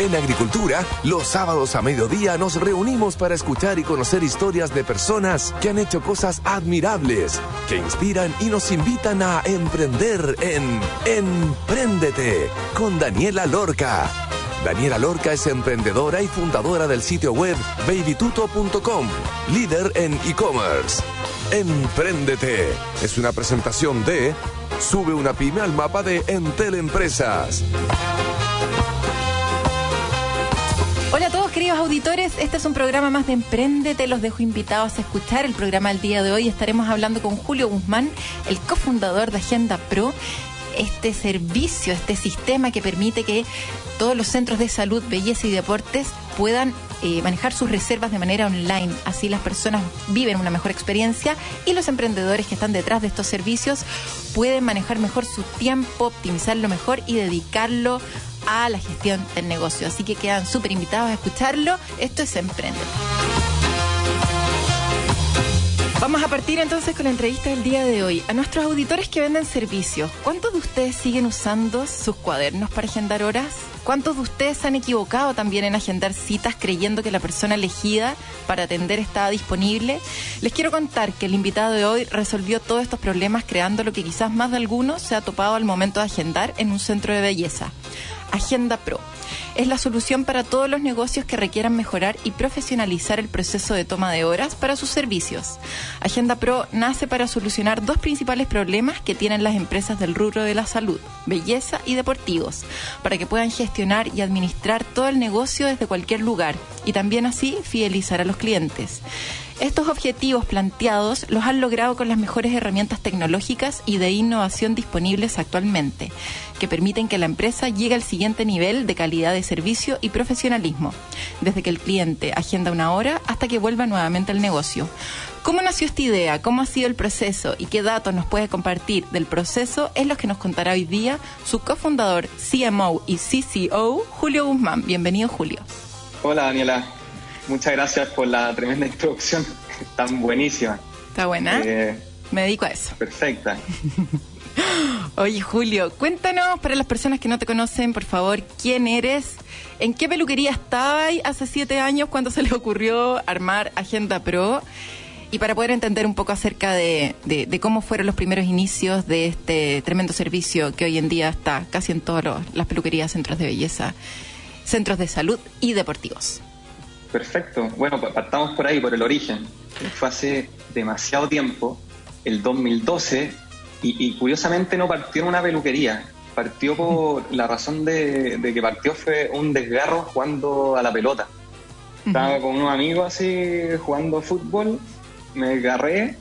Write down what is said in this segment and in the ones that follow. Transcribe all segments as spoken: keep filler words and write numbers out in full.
En Agricultura, los sábados a mediodía nos reunimos para escuchar y conocer historias de personas que han hecho cosas admirables, que inspiran y nos invitan a emprender en Empréndete con Daniela Lorca. Daniela Lorca es emprendedora y fundadora del sitio web baby tuto punto com, líder en e-commerce. Empréndete es una presentación de Sube una pyme al mapa de Entel Empresas. Hola a todos, queridos auditores, este es un programa más de Empréndete. Los dejo invitados a escuchar el programa del día de hoy. Estaremos hablando con Julio Guzmán, el cofundador de Agenda Pro, este servicio, este sistema que permite que todos los centros de salud, belleza y deportes puedan eh, manejar sus reservas de manera online. Así las personas viven una mejor experiencia y los emprendedores que están detrás de estos servicios pueden manejar mejor su tiempo, optimizarlo mejor y dedicarlo a la gestión del negocio. Así que quedan súper invitados a escucharlo. Esto es Emprende. Vamos a partir entonces con la entrevista del día de hoy. A nuestros auditores que venden servicios, ¿cuántos de ustedes siguen usando sus cuadernos para agendar horas? ¿Cuántos de ustedes se han equivocado también en agendar citas creyendo que la persona elegida para atender estaba disponible? Les quiero contar que el invitado de hoy resolvió todos estos problemas creando lo que quizás más de algunos se ha topado al momento de agendar en un centro de belleza. Agenda Pro es la solución para todos los negocios que requieran mejorar y profesionalizar el proceso de toma de horas para sus servicios. Agenda Pro nace para solucionar dos principales problemas que tienen las empresas del rubro de la salud, belleza y deportivos, para que puedan gestionar y administrar todo el negocio desde cualquier lugar y también así fidelizar a los clientes. Estos objetivos planteados los han logrado con las mejores herramientas tecnológicas y de innovación disponibles actualmente, que permiten que la empresa llegue al siguiente nivel de calidad de servicio y profesionalismo, desde que el cliente agenda una hora hasta que vuelva nuevamente al negocio. ¿Cómo nació esta idea? ¿Cómo ha sido el proceso? ¿Y qué datos nos puede compartir del proceso? Es lo que nos contará hoy día su cofundador, C M O y C C O, Julio Guzmán. Bienvenido, Julio. Hola, Daniela. Muchas gracias por la tremenda introducción, tan buenísima. ¿Está buena? Eh, Me dedico a eso. Perfecta. Oye, Julio, cuéntanos para las personas que no te conocen, por favor, quién eres, en qué peluquería estabas hace siete años cuando se les ocurrió armar Agenda Pro, y para poder entender un poco acerca de, de, de cómo fueron los primeros inicios de este tremendo servicio que hoy en día está casi en todas las peluquerías, centros de belleza, centros de salud y deportivos. Perfecto. Bueno, partamos por ahí, por el origen. Fue hace demasiado tiempo, el dos mil doce, y, y curiosamente no partió en una peluquería. Partió por la razón de, de que partió fue un desgarro jugando a la pelota. Estaba con unos amigos así jugando fútbol, me desgarré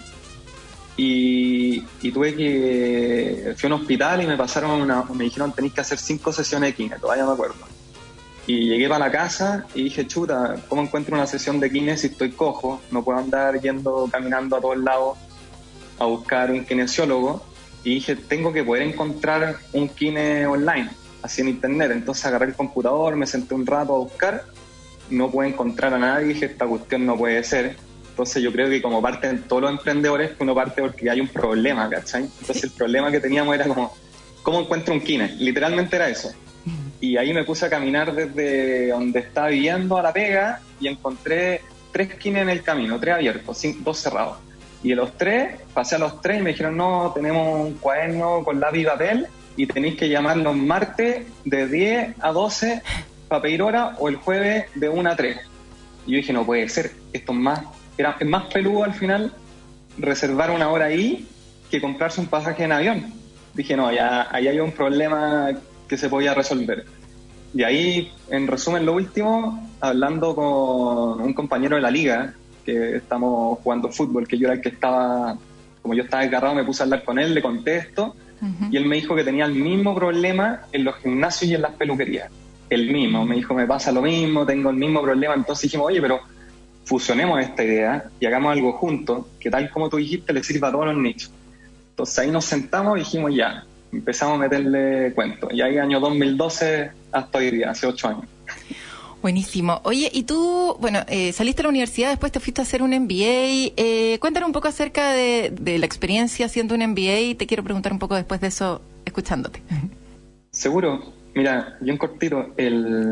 y, y tuve que... Fui a un hospital y me pasaron una... Me dijeron tenéis que hacer cinco sesiones de kine, todavía me acuerdo. Y llegué para la casa y dije, chuta, ¿cómo encuentro una sesión de kine si estoy cojo? No puedo andar yendo, caminando a todos lados a buscar un kinesiólogo. Y dije, tengo que poder encontrar un kine online, así en internet. Entonces agarré el computador, me senté un rato a buscar, no pude encontrar a nadie, dije, esta cuestión no puede ser. Entonces yo creo que como parten todos los emprendedores, uno parte porque hay un problema, ¿cachai? Entonces el problema que teníamos era como, ¿cómo encuentro un kine? Literalmente era eso. Y ahí me puse a caminar desde donde estaba viviendo a la pega y encontré tres kines en el camino, tres abiertos, cinco, dos cerrados. Y de los tres, pasé a los tres y me dijeron, no, tenemos un cuaderno con lápiz y papel y tenéis que llamarnos martes de diez a doce para pedir hora o el jueves de una a tres. Y yo dije, no puede ser, esto es más, era, es más peludo al final reservar una hora ahí que comprarse un pasaje en avión. Dije, no, ya ahí hay un problema que se podía resolver. Y ahí, en resumen, lo último, hablando con un compañero de la liga, que estamos jugando fútbol, que yo era el que estaba, como yo estaba desgarrado, me puse a hablar con él, le conté esto, uh-huh. Y él me dijo que tenía el mismo problema en los gimnasios y en las peluquerías. El mismo, me dijo, me pasa lo mismo, tengo el mismo problema. Entonces dijimos, oye, pero fusionemos esta idea y hagamos algo juntos, que tal como tú dijiste, le sirva a todos los nichos. Entonces ahí nos sentamos y dijimos, ya, empezamos a meterle cuentos. Y ahí año dos mil doce hasta hoy día, hace ocho años. Buenísimo. Oye, y tú, bueno, eh, saliste a la universidad, después te fuiste a hacer un M B A. Eh, cuéntanos un poco acerca de, de la experiencia haciendo un M B A. Te quiero preguntar un poco después de eso, escuchándote. Seguro. Mira, bien cortito, el,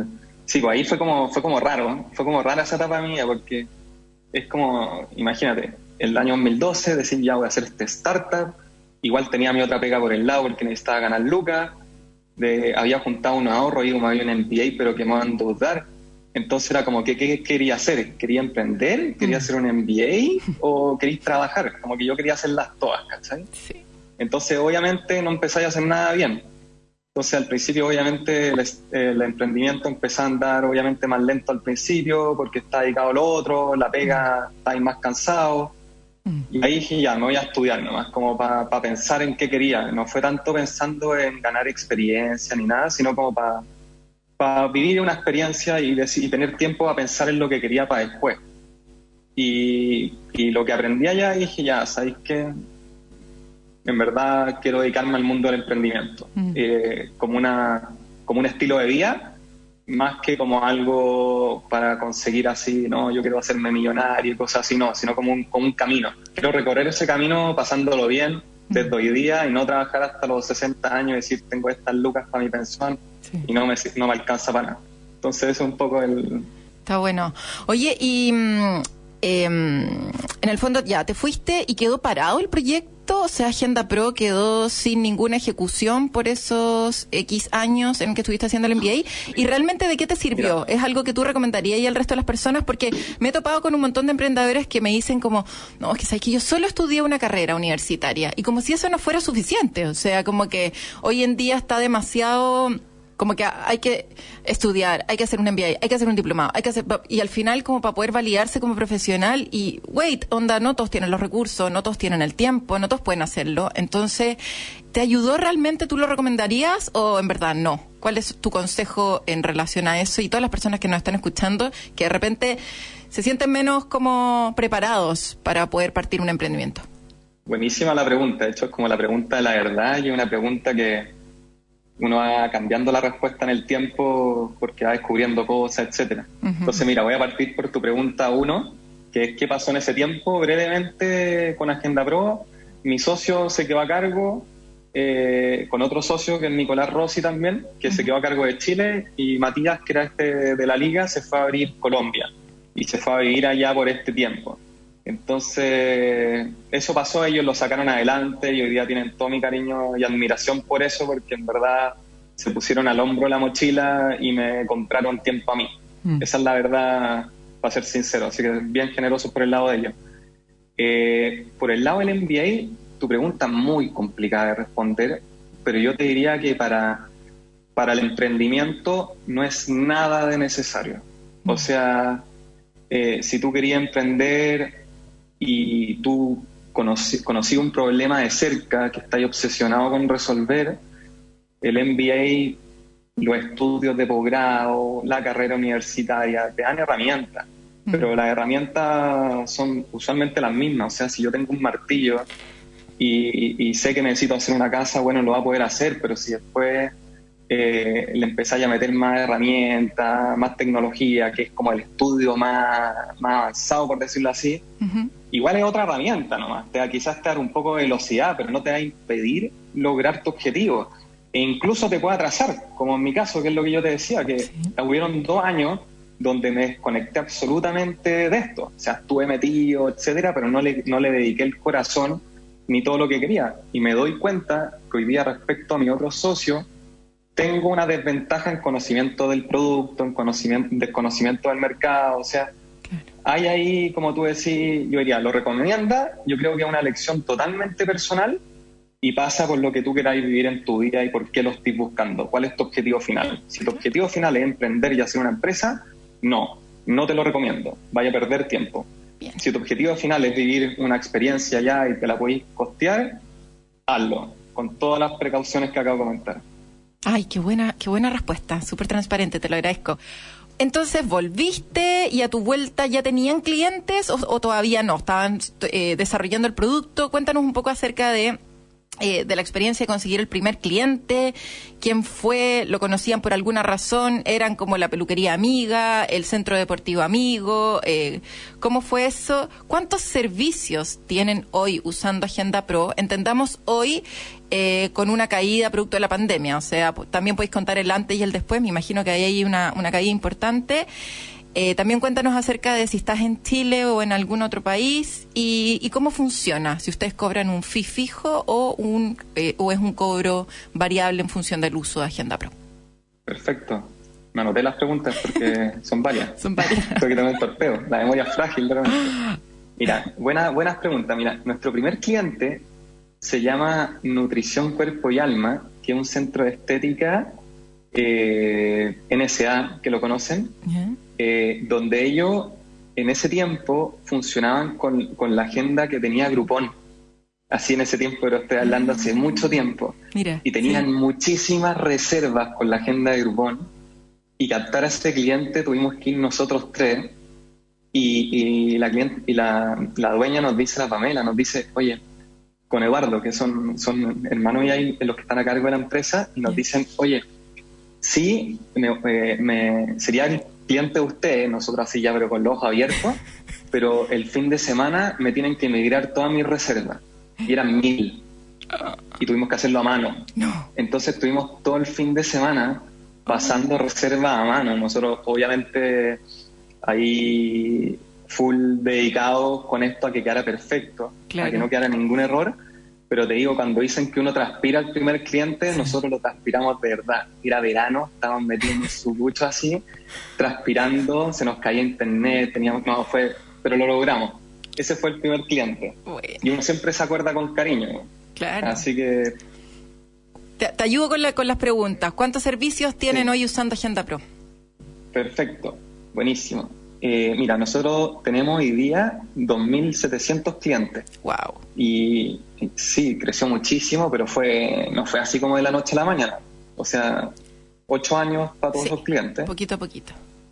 Sí, pues ahí fue como, fue como raro, fue como rara esa etapa mía, porque es como, imagínate, el año dos mil doce decir ya voy a hacer este startup, igual tenía mi otra pega por el lado porque necesitaba ganar lucas, de, había juntado unos ahorros y como había un M B A pero que me iban a endeudar, entonces era como, ¿qué, qué quería hacer? ¿Quería emprender? ¿Quería hacer un M B A? ¿O quería trabajar? Como que yo quería hacerlas todas, ¿cachai? Sí. Entonces obviamente no empezáis a hacer nada bien. Entonces al principio obviamente el, el emprendimiento empezó a andar obviamente más lento al principio porque está dedicado a lo otro, la pega, estáis más cansado. Y ahí dije ya, me voy a estudiar nomás, como para pa pensar en qué quería. No fue tanto pensando en ganar experiencia ni nada, sino como para pa vivir una experiencia y, y tener tiempo a pensar en lo que quería para después. Y, y lo que aprendí allá, dije ya, ¿sabéis qué? En verdad quiero dedicarme al mundo del emprendimiento, mm. eh, como, una, como un estilo de vida, más que como algo para conseguir así, no, yo quiero hacerme millonario y cosas así, no, sino como un, como un camino. Quiero recorrer ese camino pasándolo bien desde mm. hoy día y no trabajar hasta los sesenta años y decir, tengo estas lucas para mi pensión sí. y no me, no me alcanza para nada. Entonces eso es un poco el... Está bueno. Oye, y eh, en el fondo ya, te fuiste y quedó parado el proyecto. O sea, Agenda Pro quedó sin ninguna ejecución por esos X años en que estuviste haciendo el M B A. ¿Y realmente de qué te sirvió? Mira. ¿Es algo que tú recomendarías y al resto de las personas? Porque me he topado con un montón de emprendedores que me dicen como, no, es que sabes que yo solo estudié una carrera universitaria. Y como si eso no fuera suficiente. O sea, como que hoy en día está demasiado... Como que hay que estudiar, hay que hacer un M B A, hay que hacer un diplomado, hay que hacer... Y al final, como para poder validarse como profesional y, wait, onda, no todos tienen los recursos, no todos tienen el tiempo, no todos pueden hacerlo. Entonces, ¿te ayudó realmente? ¿Tú lo recomendarías o en verdad no? ¿Cuál es tu consejo en relación a eso? Y todas las personas que nos están escuchando, que de repente se sienten menos como preparados para poder partir un emprendimiento. Buenísima la pregunta. De hecho, es como la pregunta de la verdad y una pregunta que... uno va cambiando la respuesta en el tiempo porque va descubriendo cosas, etcétera. Uh-huh. Entonces, mira, voy a partir por tu pregunta uno, que es qué pasó en ese tiempo. Brevemente, con Agenda Pro, mi socio se quedó a cargo, eh, con otro socio, que es Nicolás Rossi también, que uh-huh. se quedó a cargo de Chile, y Matías, que era este de la liga, se fue a abrir Colombia, y se fue a vivir allá por este tiempo. Entonces, eso pasó, ellos lo sacaron adelante y hoy día tienen todo mi cariño y admiración por eso, porque en verdad se pusieron al hombro la mochila y me compraron tiempo a mí. Mm. Esa es la verdad, para ser sincero, así que bien generosos por el lado de ellos. Eh, por el lado del M B A, tu pregunta es muy complicada de responder, pero yo te diría que para, para el emprendimiento no es nada de necesario. Mm. O sea, eh, si tú querías emprender... y tú conocí, conocí un problema de cerca que estás obsesionado con resolver, el M B A, los estudios de posgrado, la carrera universitaria, te dan herramientas, mm. pero las herramientas son usualmente las mismas. O sea, si yo tengo un martillo y, y, y sé que necesito hacer una casa, bueno, lo va a poder hacer, pero si después eh, le empezáis a meter más herramientas, más tecnología, que es como el estudio más, más avanzado, por decirlo así, uh-huh. igual es otra herramienta nomás, te va, quizás te da un poco de velocidad, pero no te va a impedir lograr tu objetivo, e incluso te puede atrasar, como en mi caso, que es lo que yo te decía, que sí. hubieron dos años donde me desconecté absolutamente de esto, o sea, estuve metido, etcétera, pero no le, no le dediqué el corazón ni todo lo que quería, y me doy cuenta que hoy día, respecto a mi otro socio, tengo una desventaja en conocimiento del producto, en conocimiento, desconocimiento del mercado, o sea, claro. hay ahí, como tú decís, yo diría, lo recomienda, yo creo que es una elección totalmente personal y pasa por lo que tú queráis vivir en tu vida y por qué lo estés buscando, cuál es tu objetivo final. Si tu objetivo final es emprender y hacer una empresa, no, no te lo recomiendo, vaya a perder tiempo. Bien. Si tu objetivo final es vivir una experiencia ya y te la podéis costear, hazlo, con todas las precauciones que acabo de comentar. Ay, qué buena, qué buena respuesta, súper transparente, te lo agradezco. Entonces, ¿volviste y a tu vuelta ya tenían clientes o, o todavía no? ¿Estaban eh, desarrollando el producto? Cuéntanos un poco acerca de eh, de la experiencia de conseguir el primer cliente, quién fue, lo conocían por alguna razón, eran como la peluquería amiga, el centro deportivo amigo, eh, ¿cómo fue eso? ¿Cuántos servicios tienen hoy usando Agenda Pro? Entendamos hoy eh, con una caída producto de la pandemia, o sea, también podéis contar el antes y el después, me imagino que ahí hay una, una caída importante. Eh, también cuéntanos acerca de si estás en Chile o en algún otro país y, y cómo funciona, si ustedes cobran un fee fijo o un eh, o es un cobro variable en función del uso de Agenda Pro. Perfecto. Me anoté las preguntas porque son varias. Son varias. Tengo que tener un torpeo. La memoria es frágil, realmente. Mira, buena, buenas preguntas. Mira, nuestro primer cliente se llama Nutrición Cuerpo y Alma, que es un centro de estética eh, N S A, que lo conocen. Uh-huh. Eh, donde ellos en ese tiempo funcionaban con, con la agenda que tenía Groupon. Así en ese tiempo, pero estoy hablando hace mucho tiempo. Mira, y tenían sí. muchísimas reservas con la agenda de Groupon. Y captar a ese cliente tuvimos que ir nosotros tres. Y, y, la, cliente, y la, la dueña nos dice, la Pamela, nos dice, oye, con Eduardo, que son, son hermanos y ahí los que están a cargo de la empresa, y nos yeah. dicen, oye, sí, me, eh, me sería el cliente de ustedes, nosotros así ya, pero con los ojos abiertos, pero el fin de semana me tienen que migrar todas mis reservas. Y eran mil. Y tuvimos que hacerlo a mano. No. Entonces estuvimos todo el fin de semana pasando oh. reservas a mano. Nosotros, obviamente, ahí full dedicados con esto a que quedara perfecto, claro. a que no quedara ningún error. Pero te digo, cuando dicen que uno transpira al primer cliente, sí. nosotros lo transpiramos de verdad. Era verano, estábamos metidos en su bucho así, transpirando, se nos caía internet, teníamos, no, fue, pero lo logramos. Ese fue el primer cliente. Bueno. Y uno siempre se acuerda con cariño. Claro. Así que... Te, te ayudo con, la, con las preguntas. ¿Cuántos servicios tienen sí. hoy usando Agenda Pro? Perfecto, buenísimo. Eh, mira, nosotros tenemos hoy día dos mil setecientos clientes. Wow. Y, y sí, creció muchísimo, pero fue no fue así como de la noche a la mañana. O sea, ocho años para todos sí, los clientes. Poquito a poquito.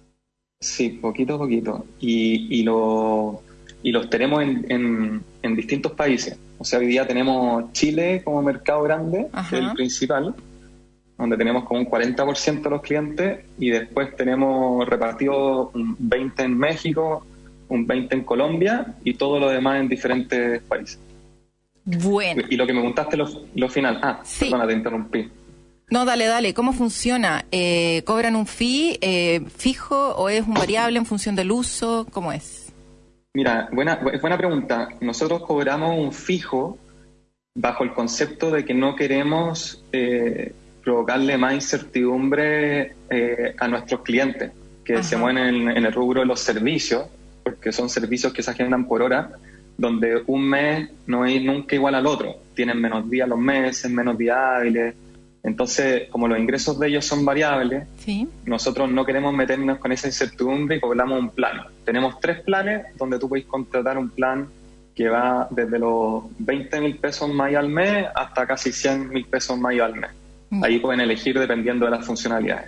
Sí, poquito a poquito. Y, y, lo, y los tenemos en, en, en distintos países. O sea, hoy día tenemos Chile como mercado grande, Ajá. que es el principal, donde tenemos como un cuarenta por ciento de los clientes, y después tenemos repartido un veinte en México, un veinte en Colombia, y todo lo demás en diferentes países. Bueno. Y lo que me preguntaste, lo, lo final... Ah, sí. Perdona, te interrumpí. No, dale, dale. ¿Cómo funciona? Eh, ¿Cobran un fee eh, fijo o es un variable en función del uso? ¿Cómo es? Mira, buena, buena pregunta. Nosotros cobramos un fijo bajo el concepto de que no queremos... Eh, provocarle más incertidumbre eh, a nuestros clientes que Ajá. se mueven en, en el rubro de los servicios, porque son servicios que se agendan por hora, donde un mes no es nunca igual al otro, tienen menos días los meses, menos días hábiles. Entonces, como los ingresos de ellos son variables, ¿Sí? nosotros no queremos meternos con esa incertidumbre y cobramos un plan. Tenemos tres planes donde tú puedes contratar un plan que va desde los veinte mil pesos más al mes hasta casi cien mil pesos más al mes. Ahí pueden elegir dependiendo de las funcionalidades.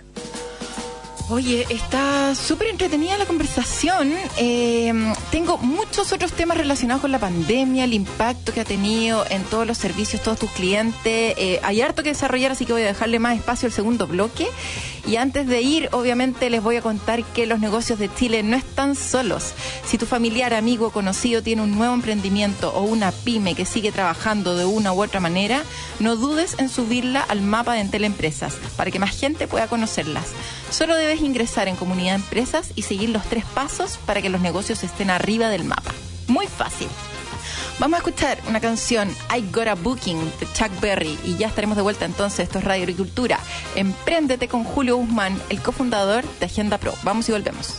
Oye, está súper entretenida la conversación. Eh, tengo muchos otros temas relacionados con la pandemia, el impacto que ha tenido en todos los servicios, todos tus clientes. Eh, hay harto que desarrollar, así que voy a dejarle más espacio al segundo bloque. Y antes de ir, obviamente, les voy a contar que los negocios de Chile no están solos. Si tu familiar, amigo o conocido tiene un nuevo emprendimiento o una pyme que sigue trabajando de una u otra manera, no dudes en subirla al mapa de Entel Empresas para que más gente pueda conocerlas. Solo debes ingresar en Comunidad Empresas y seguir los tres pasos para que los negocios estén arriba del mapa. Muy fácil. Vamos a escuchar una canción, I Got a Booking, de Chuck Berry, y ya estaremos de vuelta entonces. Esto es Radio Agricultura. Empréndete con Julio Guzmán, el cofundador de Agenda Pro. Vamos y volvemos.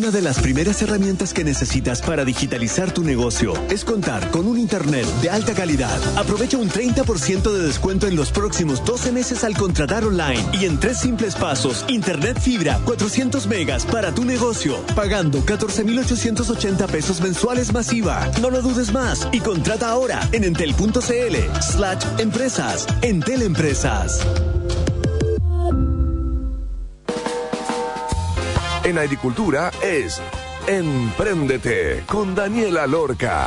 Una de las primeras herramientas que necesitas para digitalizar tu negocio es contar con un internet de alta calidad. Aprovecha un treinta por ciento de descuento en los próximos doce meses al contratar online y en tres simples pasos, internet fibra cuatrocientos megas para tu negocio, pagando catorce mil ochocientos ochenta pesos mensuales masiva. No lo dudes más y contrata ahora en entel.cl slash empresas. Entel Empresas. En agricultura es Empréndete con Daniela Lorca.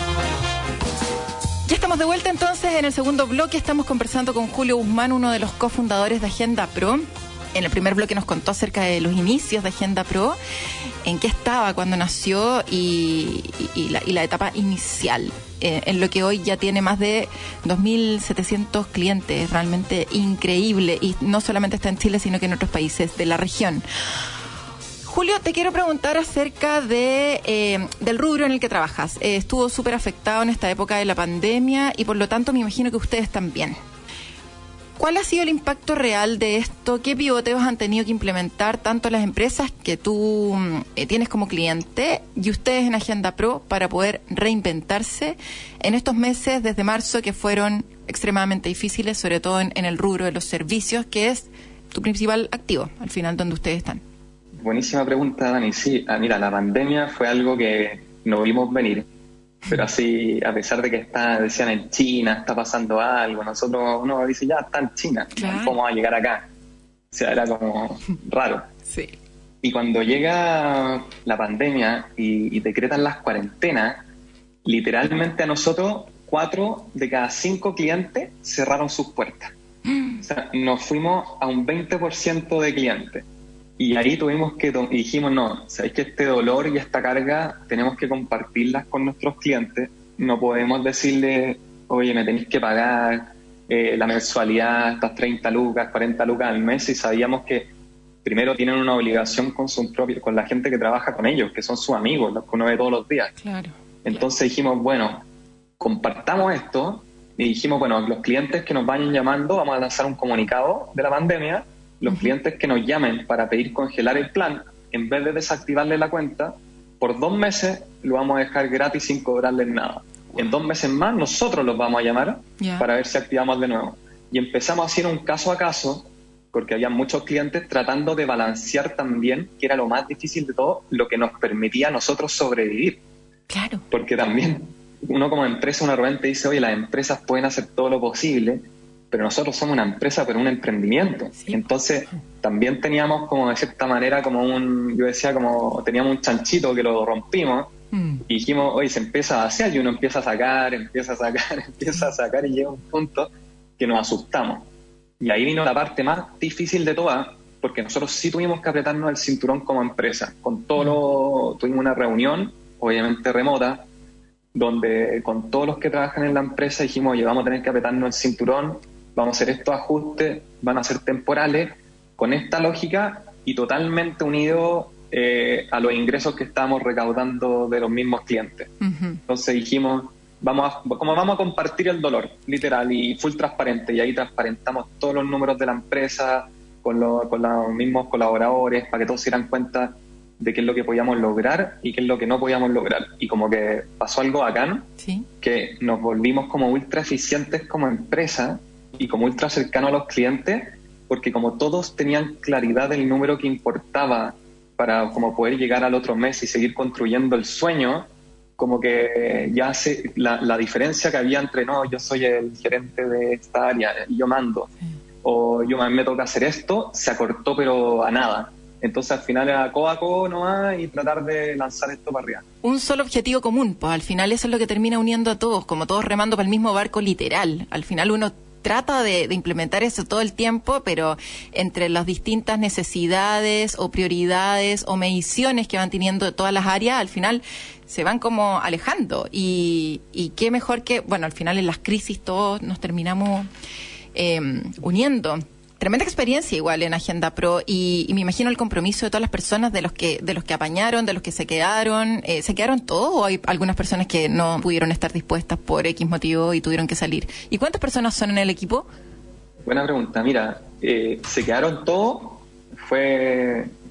Ya estamos de vuelta entonces en el segundo bloque. Estamos conversando con Julio Guzmán, uno de los cofundadores de Agenda Pro. En el primer bloque nos contó acerca de los inicios de Agenda Pro, en qué estaba cuando nació y, y, y, la, y la etapa inicial, eh, en lo que hoy ya tiene más de dos mil setecientos clientes, realmente increíble, y no solamente está en Chile, sino que en otros países de la región. Julio, te quiero preguntar acerca de eh, del rubro en el que trabajas. Eh, estuvo súper afectado en esta época de la pandemia y por lo tanto me imagino que ustedes también. ¿Cuál ha sido el impacto real de esto? ¿Qué pivoteos han tenido que implementar tanto las empresas que tú eh, tienes como cliente y ustedes en Agenda Pro para poder reinventarse en estos meses desde marzo que fueron extremadamente difíciles, sobre todo en, en el rubro de los servicios, que es tu principal activo, al final donde ustedes están? Buenísima pregunta, Dani. Sí, ah, mira, la pandemia fue algo que no vimos venir, pero así, a pesar de que está, decían en China, está pasando algo, nosotros, uno dice, ya está en China, claro. ¿Cómo vamos a llegar acá? O sea, era como raro. Sí. Y cuando llega la pandemia y, y decretan las cuarentenas, literalmente a nosotros, cuatro de cada cinco clientes cerraron sus puertas. Mm. O sea, nos fuimos a un veinte por ciento de clientes. Y ahí tuvimos que, y dijimos, no, sabéis que este dolor y esta carga tenemos que compartirlas con nuestros clientes. No podemos decirle, oye, me tenéis que pagar eh, la mensualidad, estas treinta lucas, cuarenta lucas al mes, y sabíamos que primero tienen una obligación con su propio, con la gente que trabaja con ellos, que son sus amigos, los que uno ve todos los días. Claro. Entonces dijimos, bueno, compartamos esto, y dijimos, bueno, los clientes que nos vayan llamando, vamos a lanzar un comunicado de la pandemia. Los uh-huh. clientes que nos llamen para pedir congelar el plan, en vez de desactivarle la cuenta, por dos meses lo vamos a dejar gratis sin cobrarles nada. Wow. En dos meses más nosotros los vamos a llamar yeah. para ver si activamos de nuevo. Y empezamos a hacer un caso a caso, porque había muchos clientes tratando de balancear también, que era lo más difícil de todo, lo que nos permitía a nosotros sobrevivir. Claro. Porque también uno como empresa, uno de repente dice, oye, las empresas pueden hacer todo lo posible, pero nosotros somos una empresa, pero un emprendimiento. Sí. Entonces, también teníamos como de cierta manera como un, yo decía como, teníamos un chanchito que lo rompimos mm. y dijimos, oye, se empieza a hacer y uno empieza a sacar, empieza a sacar, empieza a sacar y llega un punto que nos asustamos. Y ahí vino la parte más difícil de todas, porque nosotros sí tuvimos que apretarnos el cinturón como empresa. Con todo lo, tuvimos una reunión, obviamente remota, donde con todos los que trabajan en la empresa dijimos, oye, vamos a tener que apretarnos el cinturón, vamos a hacer estos ajustes, van a ser temporales, con esta lógica y totalmente unidos eh, a los ingresos que estamos recaudando de los mismos clientes. Uh-huh. Entonces dijimos, vamos a, como vamos a compartir el dolor, literal, y full transparente, y ahí transparentamos todos los números de la empresa con, lo, con los mismos colaboradores para que todos se dieran cuenta de qué es lo que podíamos lograr y qué es lo que no podíamos lograr. Y como que pasó algo bacán, ¿sí? Que nos volvimos como ultra eficientes como empresa y como ultra cercano a los clientes, porque como todos tenían claridad del número que importaba para como poder llegar al otro mes y seguir construyendo el sueño, como que ya se, la, la diferencia que había entre, no, yo soy el gerente de esta área y yo mando, sí. o yo me toca hacer esto, se acortó pero a nada. Entonces al final era codo a codo nomás y tratar de lanzar esto para arriba. Un solo objetivo común, pues al final eso es lo que termina uniendo a todos, como todos remando para el mismo barco literal. Al final uno trata de, de implementar eso todo el tiempo, pero entre las distintas necesidades o prioridades o mediciones que van teniendo todas las áreas, al final se van como alejando. Y, y qué mejor que, bueno, al final en las crisis todos nos terminamos eh, uniendo. Tremenda experiencia igual en Agenda Pro y, y me imagino el compromiso de todas las personas, de los que de los que apañaron, de los que se quedaron. Eh, ¿Se quedaron todos o hay algunas personas que no pudieron estar dispuestas por X motivo y tuvieron que salir? ¿Y cuántas personas son en el equipo? Buena pregunta. Mira, eh, se quedaron todos. Fue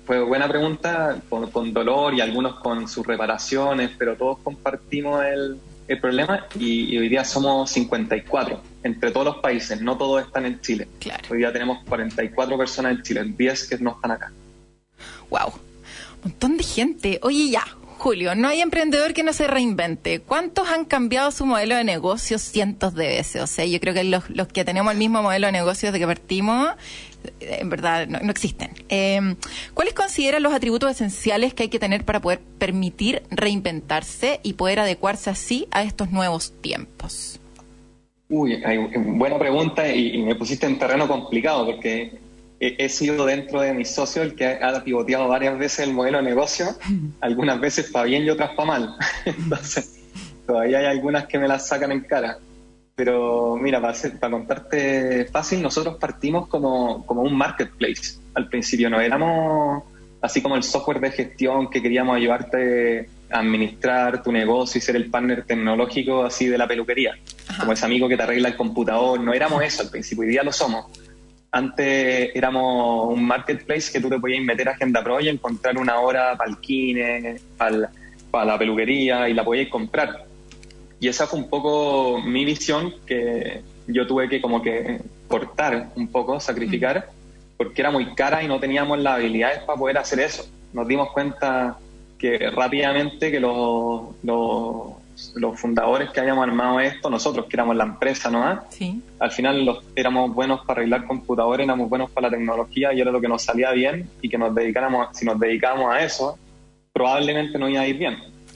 fue buena pregunta, con, con dolor y algunos con sus reparaciones, pero todos compartimos el, el problema y, y hoy día somos cincuenta y cuatro entre todos los países, no todos están en Chile. Claro. Hoy día tenemos cuarenta y cuatro personas en Chile, diez que no están acá. Wow, un montón de gente. Oye, ya, Julio, no hay emprendedor que no se reinvente. ¿Cuántos han cambiado su modelo de negocio cientos de veces? O sea, yo creo que los, los que tenemos el mismo modelo de negocio desde que partimos, en verdad, no, no existen. Eh, ¿Cuáles consideran los atributos esenciales que hay que tener para poder permitir reinventarse y poder adecuarse así a estos nuevos tiempos? Uy, hay, buena pregunta y, y me pusiste en terreno complicado porque he, he sido dentro de mis socios el que ha, ha pivoteado varias veces el modelo de negocio, algunas veces para bien y otras para mal. Entonces, todavía hay algunas que me las sacan en cara. Pero mira, para, hacer, para contarte fácil, nosotros partimos como, como un marketplace. Al principio no éramos así como el software de gestión que queríamos ayudarte a administrar tu negocio y ser el partner tecnológico así de la peluquería. Ajá. Como ese amigo que te arregla el computador. No éramos eso al principio, hoy día lo somos. Antes éramos un marketplace que tú te podías meter a Agenda Pro y encontrar una hora para el kine, para, para la peluquería y la podías comprar. Y esa fue un poco mi visión, que yo tuve que como que cortar un poco, sacrificar, porque era muy cara y no teníamos las habilidades para poder hacer eso. Nos dimos cuenta que rápidamente que los, los, los fundadores que habíamos armado esto, nosotros que éramos la empresa, ¿no? Sí. Al final los, éramos buenos para arreglar computadores, éramos buenos para la tecnología y era lo que nos salía bien, y que nos dedicáramos, si nos dedicábamos a eso, probablemente no iba a ir bien.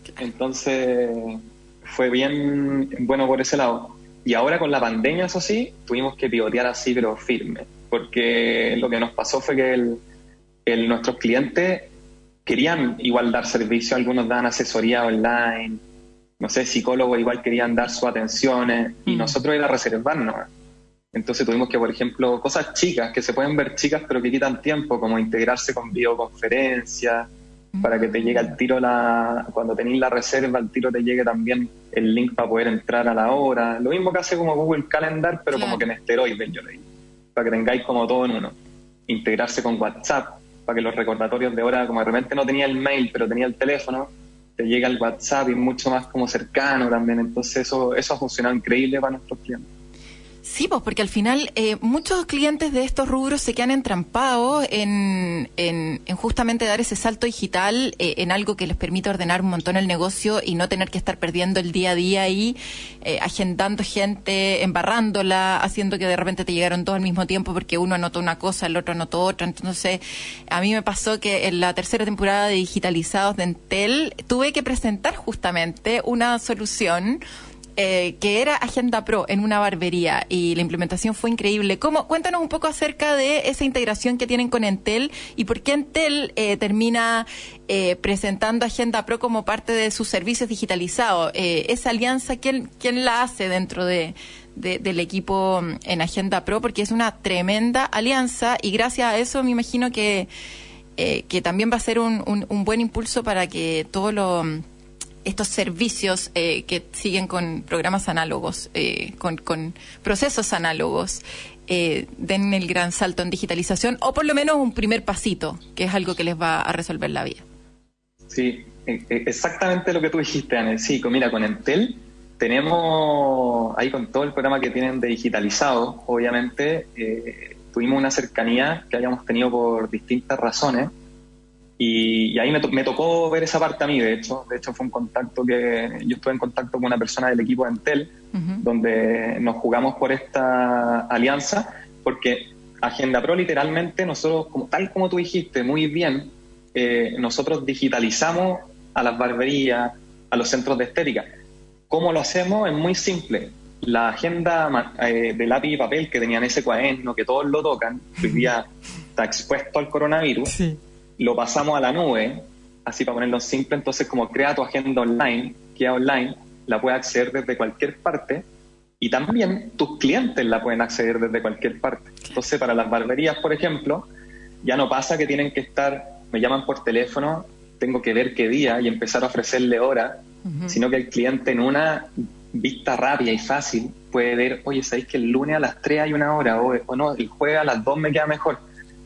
Entonces fue bien bueno por ese lado. Y ahora con la pandemia, eso sí, tuvimos que pivotear así, pero firme, porque lo que nos pasó fue que el, el, nuestros clientes querían igual dar servicio, algunos daban asesoría online, no sé, psicólogos igual querían dar sus atenciones, y mm. nosotros era reservarnos. Entonces tuvimos que, por ejemplo, cosas chicas, que se pueden ver chicas pero que quitan tiempo, como integrarse con videoconferencias, para que te llegue al tiro la, cuando tenéis la reserva, al tiro te llegue también el link para poder entrar a la hora. Lo mismo que hace como Google Calendar, pero claro, como que en esteroides, yo le digo, para que tengáis como todo en uno. Integrarse con WhatsApp, para que los recordatorios de hora, como de repente no tenía el mail, pero tenía el teléfono, te llega el WhatsApp y mucho más como cercano también. Entonces eso, eso ha funcionado increíble para nuestros clientes. Sí, pues porque al final eh, muchos clientes de estos rubros se quedan entrampados en, en, en justamente dar ese salto digital eh, en algo que les permite ordenar un montón el negocio y no tener que estar perdiendo el día a día ahí, eh, agendando gente, embarrándola, haciendo que de repente te llegaron todos al mismo tiempo porque uno anotó una cosa, el otro anotó otra. Entonces, a mí me pasó que en la tercera temporada de Digitalizados de Entel tuve que presentar justamente una solución Eh, que era Agenda Pro en una barbería, y la implementación fue increíble. ¿Cómo? Cuéntanos un poco acerca de esa integración que tienen con Entel y por qué Entel eh, termina eh, presentando Agenda Pro como parte de sus servicios digitalizados. Eh, esa alianza, ¿quién, quién la hace dentro de, de, del equipo en Agenda Pro? Porque es una tremenda alianza y gracias a eso me imagino que, eh, que también va a ser un, un, un buen impulso para que todo lo... estos servicios eh, que siguen con programas análogos, eh, con, con procesos análogos, eh, den el gran salto en digitalización, o por lo menos un primer pasito, que es algo que les va a resolver la vida. Sí, exactamente lo que tú dijiste, Anel. Sí, mira, con Entel tenemos, ahí con todo el programa que tienen de digitalizado, obviamente, eh, tuvimos una cercanía que habíamos tenido por distintas razones. Y, y ahí me, to- me tocó ver esa parte a mí, de hecho. De hecho, fue un contacto que... Yo estuve en contacto con una persona del equipo de Entel, uh-huh. donde nos jugamos por esta alianza, porque Agenda Pro, literalmente, nosotros, como, tal como tú dijiste, muy bien, eh, nosotros digitalizamos a las barberías, a los centros de estética. ¿Cómo lo hacemos? Es muy simple. La agenda eh, de lápiz y papel que tenían ese cuaderno, que todos lo tocan, hoy día está expuesto al coronavirus, sí. Lo pasamos a la nube, así para ponerlo simple. Entonces, como crea tu agenda online, queda online, la puedes acceder desde cualquier parte, y también tus clientes la pueden acceder desde cualquier parte. Entonces, para las barberías, por ejemplo, ya no pasa que tienen que estar, me llaman por teléfono, tengo que ver qué día y empezar a ofrecerle hora, uh-huh. sino que el cliente en una vista rápida y fácil puede ver, oye, ¿sabéis que el lunes a las tres hay una hora? O, o no, el jueves a las dos me queda mejor.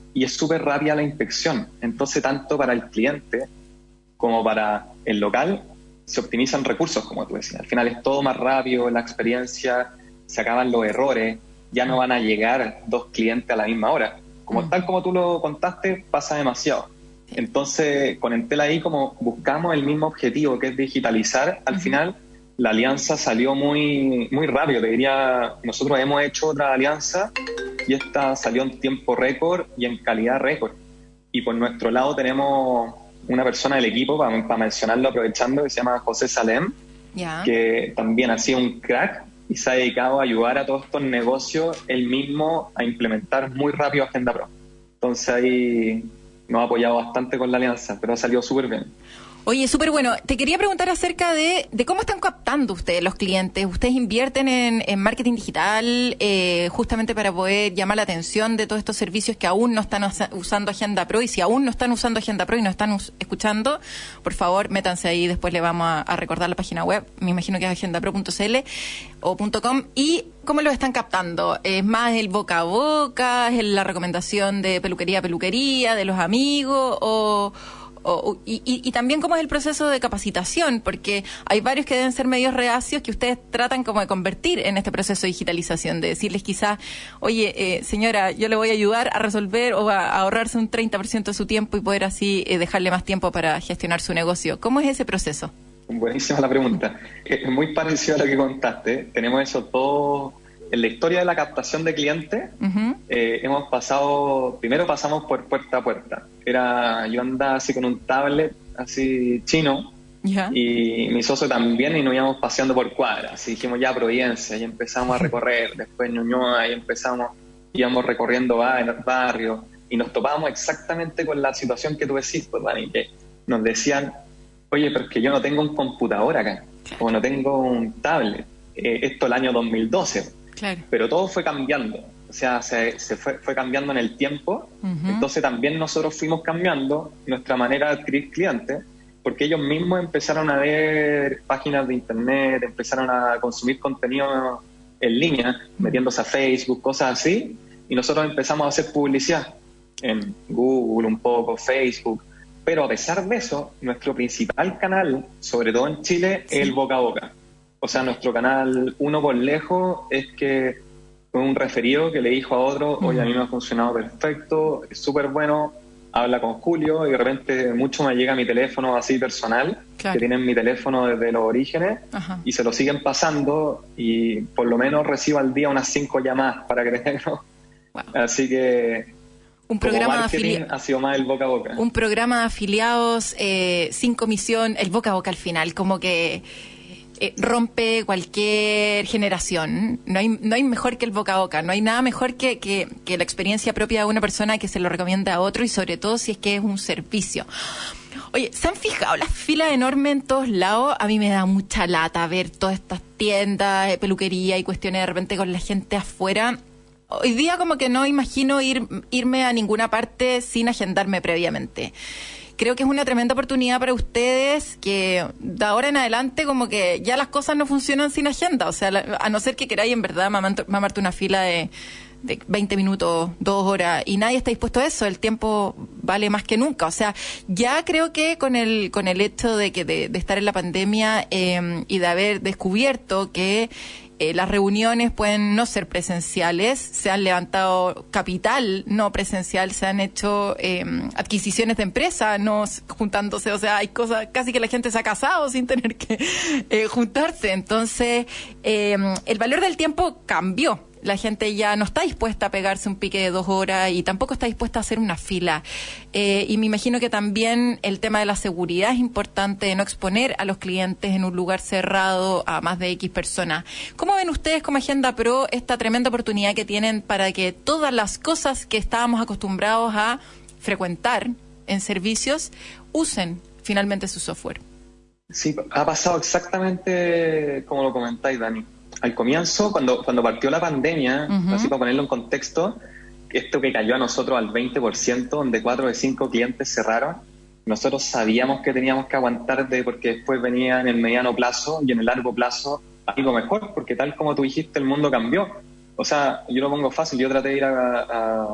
y es súper rápida la inspección. Entonces, tanto para el cliente como para el local, se optimizan recursos, como tú decías. Al final es todo más rápido, la experiencia, se acaban los errores, ya no van a llegar dos clientes a la misma hora. Como tal como tú lo contaste, pasa demasiado. Entonces, con Entel ahí, como buscamos el mismo objetivo, que es digitalizar, al uh-huh. final la alianza salió muy, muy rápido. Te diría, nosotros hemos hecho otra alianza y esta salió en tiempo récord y en calidad récord. Y por nuestro lado tenemos una persona del equipo, para, para mencionarlo aprovechando, que se llama José Salem, yeah. que también ha sido un crack y se ha dedicado a ayudar a todos estos negocios él mismo a implementar muy rápido Agenda Pro. Entonces ahí nos ha apoyado bastante con la alianza, pero ha salido súper bien. Oye, súper bueno. Te quería preguntar acerca de, de cómo están captando ustedes los clientes. ¿Ustedes invierten en, en marketing digital eh, justamente para poder llamar la atención de todos estos servicios que aún no están usando Agenda Pro? Y si aún no están usando Agenda Pro y no están us- escuchando, por favor, métanse ahí. Después le vamos a, a recordar la página web. Me imagino que es agenda pro punto c l o .com. ¿Y cómo los están captando? ¿Es más el boca a boca? ¿Es la recomendación de peluquería a peluquería, de los amigos? ¿O...? O, y, y, y también cómo es el proceso de capacitación, porque hay varios que deben ser medios reacios que ustedes tratan como de convertir en este proceso de digitalización, de decirles quizás, oye, eh, señora, yo le voy a ayudar a resolver o a, a ahorrarse un treinta por ciento de su tiempo y poder así eh, dejarle más tiempo para gestionar su negocio. ¿Cómo es ese proceso? Buenísima la pregunta. Es muy parecido a lo que contaste. Tenemos eso todo... En la historia de la captación de clientes, uh-huh. eh, hemos pasado, primero pasamos por puerta a puerta. Era, yo andaba así con un tablet, así chino, yeah. y mi socio también, y nos íbamos paseando por cuadras. Y dijimos ya Providencia, y empezamos a recorrer, después Ñuñoa, y empezamos, íbamos recorriendo barrios, y nos topábamos exactamente con la situación que tú decís, pues, Dani, que nos decían, oye, pero es que yo no tengo un computador acá, o no tengo un tablet. Eh, esto el año dos mil doce. Claro. Pero todo fue cambiando, o sea, se, se fue, fue cambiando en el tiempo, uh-huh. entonces también nosotros fuimos cambiando nuestra manera de adquirir clientes, porque ellos mismos empezaron a ver páginas de internet, empezaron a consumir contenido en línea, uh-huh. metiéndose a Facebook, cosas así, y nosotros empezamos a hacer publicidad en Google, un poco, Facebook, pero a pesar de eso, nuestro principal canal, sobre todo en Chile, sí. es el boca a boca. O sea, nuestro canal uno por lejos es que fue un referido que le dijo a otro, oye, a mí me ha funcionado perfecto, es súper bueno, habla con Julio, y de repente mucho me llega a mi teléfono así personal, claro. que tienen mi teléfono desde los orígenes, ajá. y se lo siguen pasando, y por lo menos recibo al día unas cinco llamadas para creerlo. Wow. Así que... Un programa de afili- ha sido más el boca a boca. Un programa de afiliados eh, sin comisión, el boca a boca al final, como que... Eh, rompe cualquier generación. No hay, no hay mejor que el boca a boca. No hay nada mejor que, que, que la experiencia propia de una persona que se lo recomienda a otro, y sobre todo si es que es un servicio. Oye, ¿se han fijado las filas enormes en todos lados? A mí me da mucha lata ver todas estas tiendas, eh, peluquería y cuestiones de repente con la gente afuera. Hoy día como que no imagino ir, irme a ninguna parte sin agendarme previamente. Creo que es una tremenda oportunidad para ustedes, que de ahora en adelante como que ya las cosas no funcionan sin agenda. O sea, a no ser que queráis en verdad mamarte una fila de, de veinte minutos, dos horas, y nadie está dispuesto a eso. El tiempo vale más que nunca. O sea, ya creo que con el con el hecho de que de, de estar en la pandemia eh, y de haber descubierto que Eh, las reuniones pueden no ser presenciales, se han levantado capital no presencial, se han hecho eh, adquisiciones de empresas no juntándose, o sea, hay cosas, casi que la gente se ha casado sin tener que eh, juntarse. Entonces, eh, el valor del tiempo cambió. La gente ya no está dispuesta a pegarse un pique de dos horas y tampoco está dispuesta a hacer una fila. Eh, y me imagino que también el tema de la seguridad es importante, de no exponer a los clientes en un lugar cerrado a más de X personas. ¿Cómo ven ustedes como Agenda Pro esta tremenda oportunidad que tienen para que todas las cosas que estábamos acostumbrados a frecuentar en servicios usen finalmente su software? Sí, ha pasado exactamente como lo comentáis, Dani. Al comienzo, cuando, cuando partió la pandemia, uh-huh. así para ponerlo en contexto, esto que cayó a nosotros al veinte por ciento, donde cuatro de cinco clientes cerraron, nosotros sabíamos que teníamos que aguantar de, porque después venía en el mediano plazo y en el largo plazo algo mejor, porque tal como tú dijiste, el mundo cambió. O sea, yo lo pongo fácil, yo traté de ir a, a,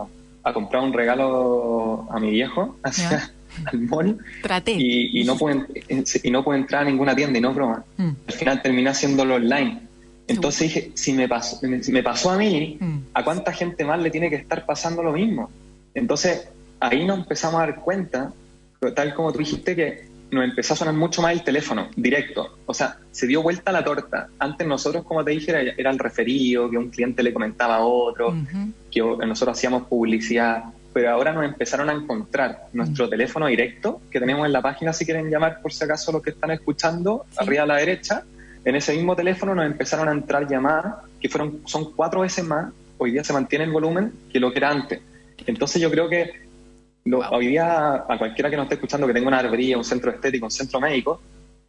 a comprar un regalo a mi viejo hacia, al mall. Traté. Y, y, no pude, y no pude entrar a ninguna tienda, y no es broma. Mm. Al final terminé haciéndolo online. Entonces dije, si me pasó, si me pasó a mí, mm. ¿a cuánta gente más le tiene que estar pasando lo mismo? Entonces ahí nos empezamos a dar cuenta, tal como tú dijiste, que nos empezó a sonar mucho más el teléfono, directo. O sea, se dio vuelta la torta. Antes nosotros, como te dije, era, era el referido, que un cliente le comentaba a otro, uh-huh. que nosotros hacíamos publicidad, pero ahora nos empezaron a encontrar nuestro uh-huh. teléfono directo, que tenemos en la página, si quieren llamar por si acaso los que están escuchando, sí. arriba a la derecha. En ese mismo teléfono nos empezaron a entrar llamadas, que fueron son cuatro veces más, hoy día se mantiene el volumen, que lo que era antes. Entonces yo creo que Lo, wow. hoy día, a cualquiera que nos esté escuchando que tenga una barbería, un centro estético, un centro médico,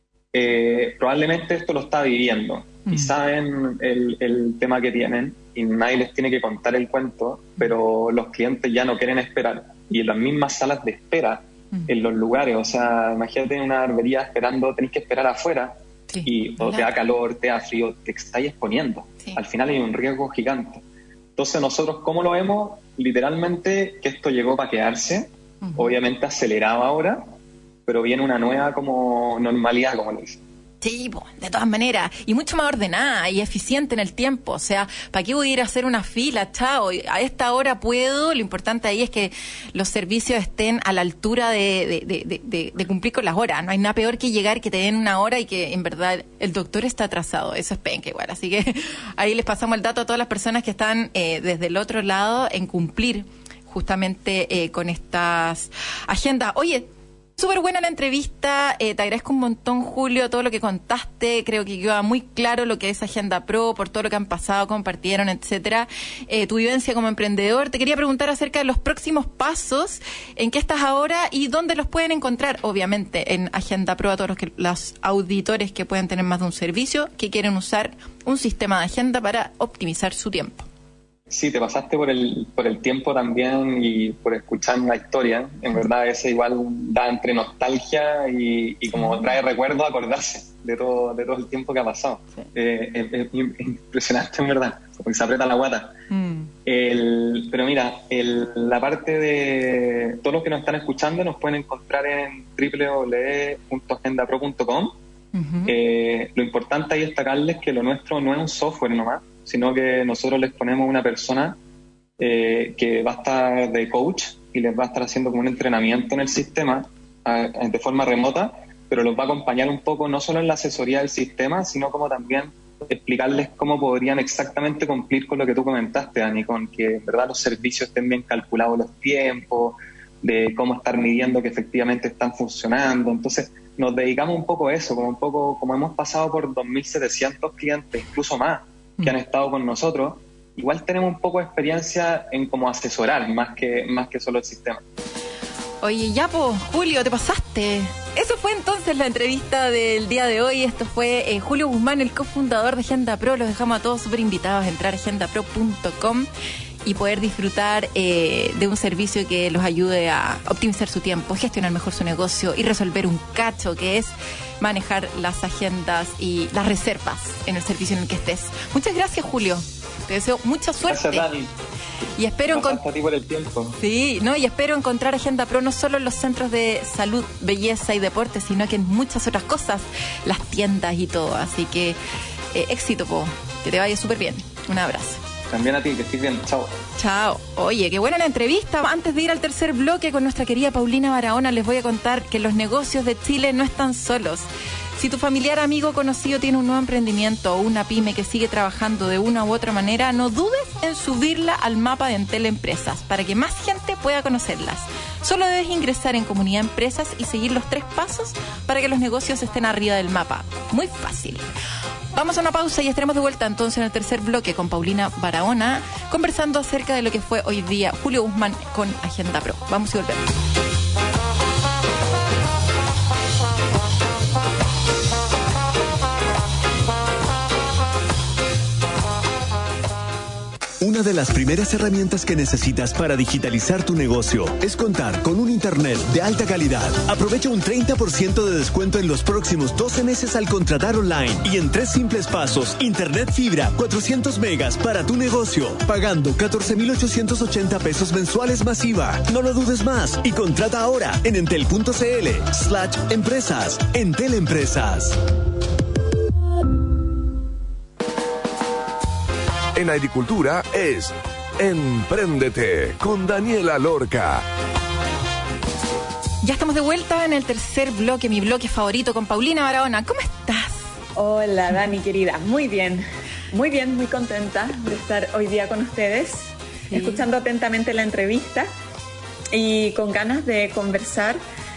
eh, probablemente esto lo está viviendo mm. y saben el, el tema que tienen y nadie les tiene que contar el cuento, pero los clientes ya no quieren esperar. Y en las mismas salas de espera, mm. en los lugares, o sea, imagínate una barbería esperando, tenés que esperar afuera sí. y o te da calor, te da frío, te estáis exponiendo. Sí. Al final hay un riesgo gigante. Entonces nosotros, ¿cómo lo vemos? Literalmente que esto llegó para quedarse, uh-huh. obviamente acelerado ahora, pero viene una nueva como normalidad, como le dicen. Sí, de todas maneras, y mucho más ordenada y eficiente en el tiempo, o sea, ¿para qué voy a ir a hacer una fila? Chao, a esta hora puedo, lo importante ahí es que los servicios estén a la altura de, de, de, de, de cumplir con las horas, no hay nada peor que llegar, que te den una hora y que en verdad el doctor está atrasado, eso es penca igual, así que ahí les pasamos el dato a todas las personas que están eh, desde el otro lado en cumplir justamente eh, con estas agendas. Oye, súper buena la entrevista, eh, te agradezco un montón, Julio, todo lo que contaste, creo que queda muy claro lo que es Agenda Pro, por todo lo que han pasado, compartieron, etcétera, eh, tu vivencia como emprendedor. Te quería preguntar acerca de los próximos pasos, en qué estás ahora y dónde los pueden encontrar, obviamente, en Agenda Pro, a todos los, que, los auditores que pueden tener más de un servicio, que quieren usar un sistema de agenda para optimizar su tiempo. Sí, te pasaste por el por el tiempo también y por escuchar la historia. En verdad, ese igual da entre nostalgia y, y como trae recuerdo acordarse de todo de todo el tiempo que ha pasado. Sí. Eh, es, es impresionante, en verdad, porque se aprieta la guata. Mm. El, pero mira, el, la parte de todos los que nos están escuchando nos pueden encontrar en doble u doble u doble u punto agenda pro punto com. Uh-huh. Eh, lo importante ahí destacarles que lo nuestro no es un software nomás, sino que nosotros les ponemos una persona eh, que va a estar de coach y les va a estar haciendo como un entrenamiento en el sistema a, a, de forma remota, pero los va a acompañar un poco no solo en la asesoría del sistema, sino como también explicarles cómo podrían exactamente cumplir con lo que tú comentaste, Dani, con que en verdad los servicios estén bien calculados los tiempos, de cómo estar midiendo que efectivamente están funcionando. Entonces nos dedicamos un poco a eso, como un poco como hemos pasado por dos mil setecientos clientes, incluso más, que han estado con nosotros, igual tenemos un poco de experiencia en cómo asesorar, más que más que solo el sistema. Oye, ya pues, Julio, te pasaste. Eso fue entonces la entrevista del día de hoy. Esto fue eh, Julio Guzmán, el cofundador de Agenda Pro. Los dejamos a todos súper invitados a entrar a agenda pro punto com y poder disfrutar eh, de un servicio que los ayude a optimizar su tiempo, gestionar mejor su negocio y resolver un cacho, que es manejar las agendas y las reservas en el servicio en el que estés. Muchas gracias, Julio. Te deseo mucha suerte. Gracias, Dani. Y espero encont- a ti por el tiempo. Sí, no, y espero encontrar Agenda Pro no solo en los centros de salud, belleza y deporte, sino que en muchas otras cosas, las tiendas y todo. Así que eh, éxito, po. Que te vaya súper bien. Un abrazo. También a ti, que estés bien. Chao. Chao. Oye, qué buena la entrevista. Antes de ir al tercer bloque con nuestra querida Paulina Barahona, les voy a contar que los negocios de Chile no están solos. Si tu familiar, amigo o conocido tiene un nuevo emprendimiento o una pyme que sigue trabajando de una u otra manera, no dudes en subirla al mapa de Entel Empresas para que más gente pueda conocerlas. Solo debes ingresar en Comunidad Empresas y seguir los tres pasos para que los negocios estén arriba del mapa. Muy fácil. Vamos a una pausa y estaremos de vuelta entonces en el tercer bloque con Paulina Barahona, conversando acerca de lo que fue hoy día Julio Guzmán con Agenda Pro. Vamos y volvemos. Una Una de las primeras herramientas que necesitas para digitalizar tu negocio es contar con un internet de alta calidad. Aprovecha un treinta por ciento de descuento en los próximos doce meses al contratar online y en tres simples pasos, internet fibra cuatrocientos megas para tu negocio, pagando catorce mil ochocientos ochenta pesos mensuales masiva. No lo dudes más y contrata ahora en entel.cl slash empresas. Entel Empresas. En agricultura es Empréndete con Daniela Lorca. Ya estamos de vuelta en el tercer bloque, mi bloque favorito, con Paulina Barahona. ¿Cómo estás? Hola, Dani, querida. Muy bien, muy bien, muy contenta de estar hoy día con ustedes, sí. escuchando atentamente la entrevista y con ganas de conversar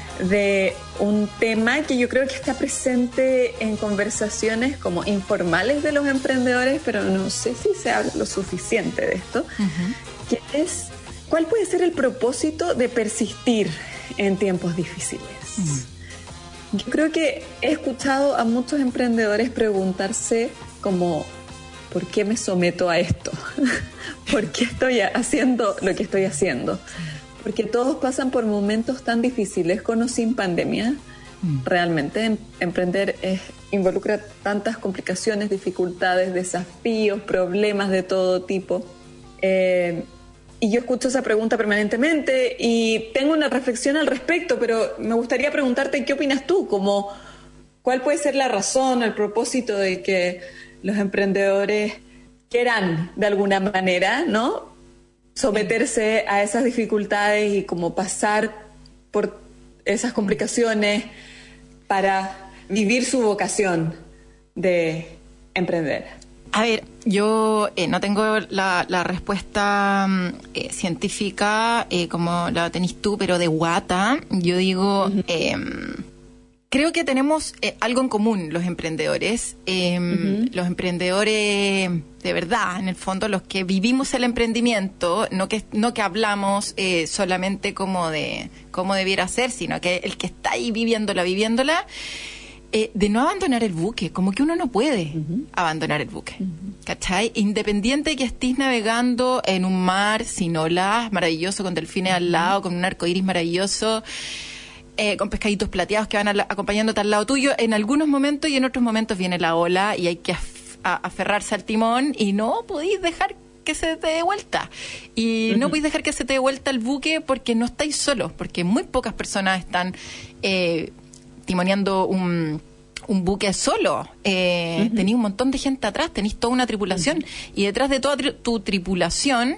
de un tema que yo creo que está presente en conversaciones como informales de los emprendedores, pero no sé si se habla lo suficiente de esto, uh-huh. que es, ¿cuál puede ser el propósito de persistir en tiempos difíciles? Uh-huh. Yo creo que he escuchado a muchos emprendedores preguntarse como, ¿por qué me someto a esto? ¿Por qué estoy haciendo lo que estoy haciendo? Porque todos pasan por momentos tan difíciles, con o sin pandemia. Mm. Realmente em- emprender es, involucra tantas complicaciones, dificultades, desafíos, problemas de todo tipo. Eh, y yo escucho esa pregunta permanentemente y tengo una reflexión al respecto, pero me gustaría preguntarte qué opinas tú, como cuál puede ser la razón, el propósito de que los emprendedores quieran de alguna manera, ¿no?, someterse a esas dificultades y como pasar por esas complicaciones para vivir su vocación de emprender. A ver, yo eh, no tengo la, la respuesta eh, científica eh, como la tenés tú, pero de guata, yo digo... Uh-huh. eh, Creo que tenemos eh, algo en común los emprendedores, eh, uh-huh. los emprendedores de verdad, en el fondo los que vivimos el emprendimiento, no que no que hablamos eh, solamente como de cómo debiera ser, sino que el que está ahí viviéndola, viviéndola, eh, de no abandonar el buque, como que uno no puede uh-huh. abandonar el buque, uh-huh. ¿cachai? Independiente de que estés navegando en un mar sin olas, maravilloso, con delfines uh-huh. al lado, con un arco iris maravilloso, Eh, con pescaditos plateados que van a, acompañándote al lado tuyo, en algunos momentos y en otros momentos viene la ola y hay que af- a, aferrarse al timón y no podéis dejar que se te dé vuelta. Y uh-huh. no podéis dejar que se te dé vuelta el buque porque no estáis solos, porque muy pocas personas están eh, timoneando un, un buque solo. Eh, uh-huh. Tenéis un montón de gente atrás, tenéis toda una tripulación uh-huh. y detrás de toda tri- tu tripulación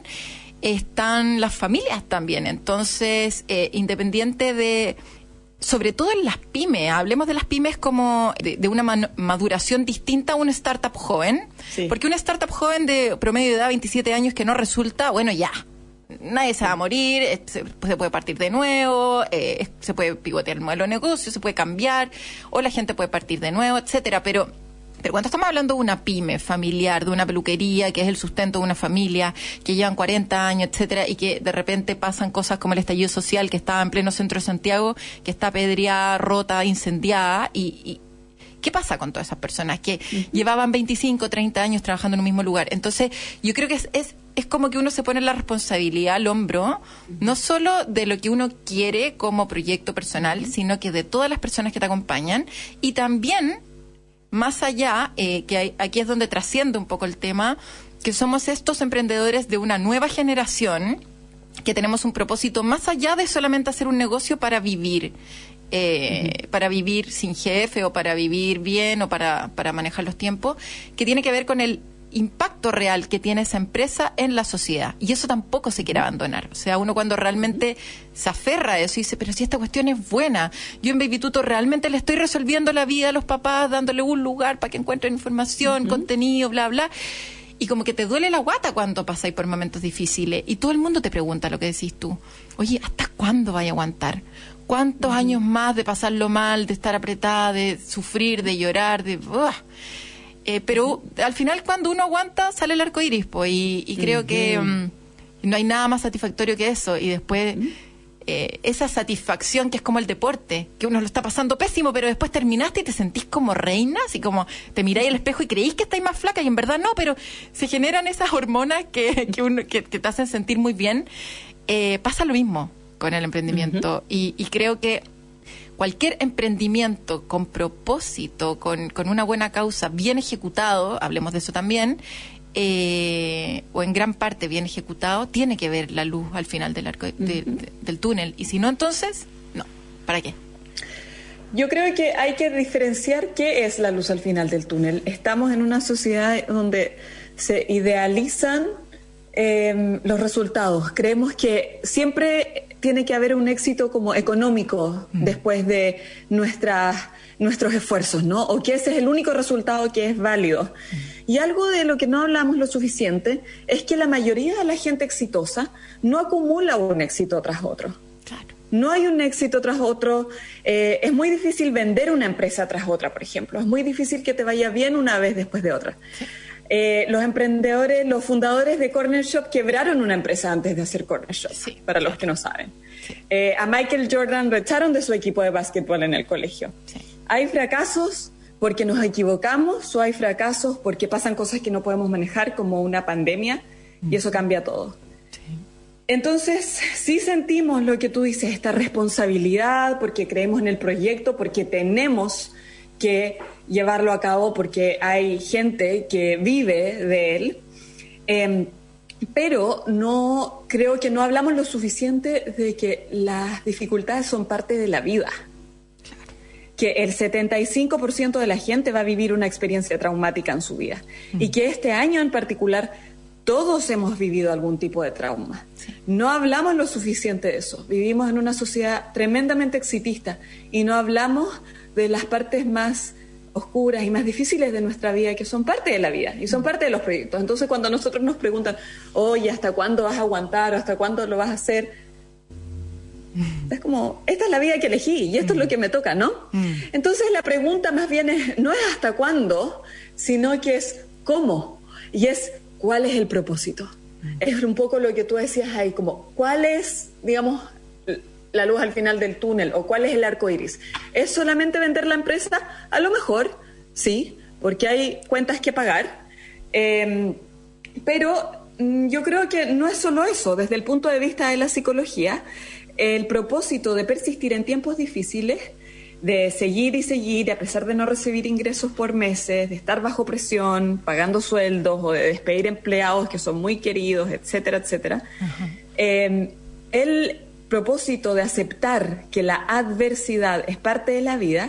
están las familias también. Entonces, eh, independiente de... Sobre todo en las pymes, hablemos de las pymes como de, de una man- maduración distinta a una startup joven, sí. porque una startup joven de promedio de edad, veintisiete años, que no resulta, bueno, ya, nadie se va a morir, se, se puede partir de nuevo, eh, se puede pivotear el modelo de negocio, se puede cambiar, o la gente puede partir de nuevo, etcétera, pero... Pero cuando estamos hablando de una pyme familiar, de una peluquería, que es el sustento de una familia, que llevan cuarenta años, etcétera, y que de repente pasan cosas como el estallido social, que estaba en pleno centro de Santiago, que está apedreada, rota, incendiada, y, y ¿qué pasa con todas esas personas que uh-huh. llevaban veinticinco, treinta años trabajando en un mismo lugar? Entonces, yo creo que es, es, es como que uno se pone la responsabilidad al hombro, uh-huh. no solo de lo que uno quiere como proyecto personal, uh-huh. sino que de todas las personas que te acompañan, y también... Más allá, eh, que hay, aquí es donde trasciende un poco el tema, que somos estos emprendedores de una nueva generación que tenemos un propósito más allá de solamente hacer un negocio para vivir, eh, uh-huh. para vivir sin jefe o para vivir bien o para, para manejar los tiempos, que tiene que ver con el impacto real que tiene esa empresa en la sociedad. Y eso tampoco se quiere abandonar. O sea, uno cuando realmente se aferra a eso y dice, pero si esta cuestión es buena, yo en Baby Tutor realmente le estoy resolviendo la vida a los papás, dándole un lugar para que encuentren información, uh-huh. contenido, bla, bla. Y como que te duele la guata cuando pasáis por momentos difíciles. Y todo el mundo te pregunta lo que decís tú. Oye, ¿hasta cuándo vaya a aguantar? ¿Cuántos uh-huh. años más de pasarlo mal, de estar apretada, de sufrir, de llorar, de... Uh, Eh, pero uh-huh. al final cuando uno aguanta sale el arco iris, pues, y, y creo uh-huh. que um, no hay nada más satisfactorio que eso. Y después uh-huh. eh, esa satisfacción que es como el deporte, que uno lo está pasando pésimo, pero después terminaste y te sentís como reina, así como te miráis al espejo y creís que estáis más flaca y en verdad no, pero se generan esas hormonas que, que, uno, que, que te hacen sentir muy bien. Eh, pasa lo mismo con el emprendimiento. Uh-huh. y, y creo que cualquier emprendimiento con propósito, con, con una buena causa, bien ejecutado, hablemos de eso también, eh, o en gran parte bien ejecutado, tiene que ver la luz al final del arco de, uh-huh. de, de, del túnel. Y si no, entonces, no. ¿Para qué? Yo creo que hay que diferenciar qué es la luz al final del túnel. Estamos en una sociedad donde se idealizan eh, los resultados. Creemos que siempre tiene que haber un éxito como económico mm. después de nuestras, nuestros esfuerzos, ¿no? O que ese es el único resultado que es válido. Mm. Y algo de lo que no hablamos lo suficiente es que la mayoría de la gente exitosa no acumula un éxito tras otro. Claro. No hay un éxito tras otro. Eh, es muy difícil vender una empresa tras otra, por ejemplo. Es muy difícil que te vaya bien una vez después de otra. Sí. Eh, los emprendedores, los fundadores de Corner Shop quebraron una empresa antes de hacer Corner Shop, sí, para los que no saben. Sí. Eh, a Michael Jordan lo echaron de su equipo de básquetbol en el colegio. Sí. Hay fracasos porque nos equivocamos o hay fracasos porque pasan cosas que no podemos manejar, como una pandemia, mm. y eso cambia todo. Sí. Entonces, sí sentimos lo que tú dices, esta responsabilidad, porque creemos en el proyecto, porque tenemos que llevarlo a cabo, porque hay gente que vive de él, eh, pero no creo que no hablamos lo suficiente de que las dificultades son parte de la vida. Claro. Que el setenta y cinco por ciento de la gente va a vivir una experiencia traumática en su vida, mm. y que este año en particular todos hemos vivido algún tipo de trauma. Sí. No hablamos lo suficiente de eso. Vivimos en una sociedad tremendamente exitista y no hablamos de las partes más oscuras y más difíciles de nuestra vida, que son parte de la vida y son parte de los proyectos. Entonces, cuando nosotros nos preguntan, oye, ¿hasta cuándo vas a aguantar o hasta cuándo lo vas a hacer? Es como, esta es la vida que elegí y esto mm. es lo que me toca, ¿no? Mm. Entonces, la pregunta más bien es, no es hasta cuándo, sino que es cómo, y es cuál es el propósito. Mm. Es un poco lo que tú decías ahí, como, ¿cuál es, digamos, la luz al final del túnel, o cuál es el arco iris? ¿Es solamente vender la empresa? A lo mejor, sí, porque hay cuentas que pagar, eh, pero mm, yo creo que no es solo eso. Desde el punto de vista de la psicología, el propósito de persistir en tiempos difíciles, de seguir y seguir a pesar de no recibir ingresos por meses, de estar bajo presión, pagando sueldos o de despedir empleados que son muy queridos, etcétera, etcétera, uh-huh. eh, el propósito de aceptar que la adversidad es parte de la vida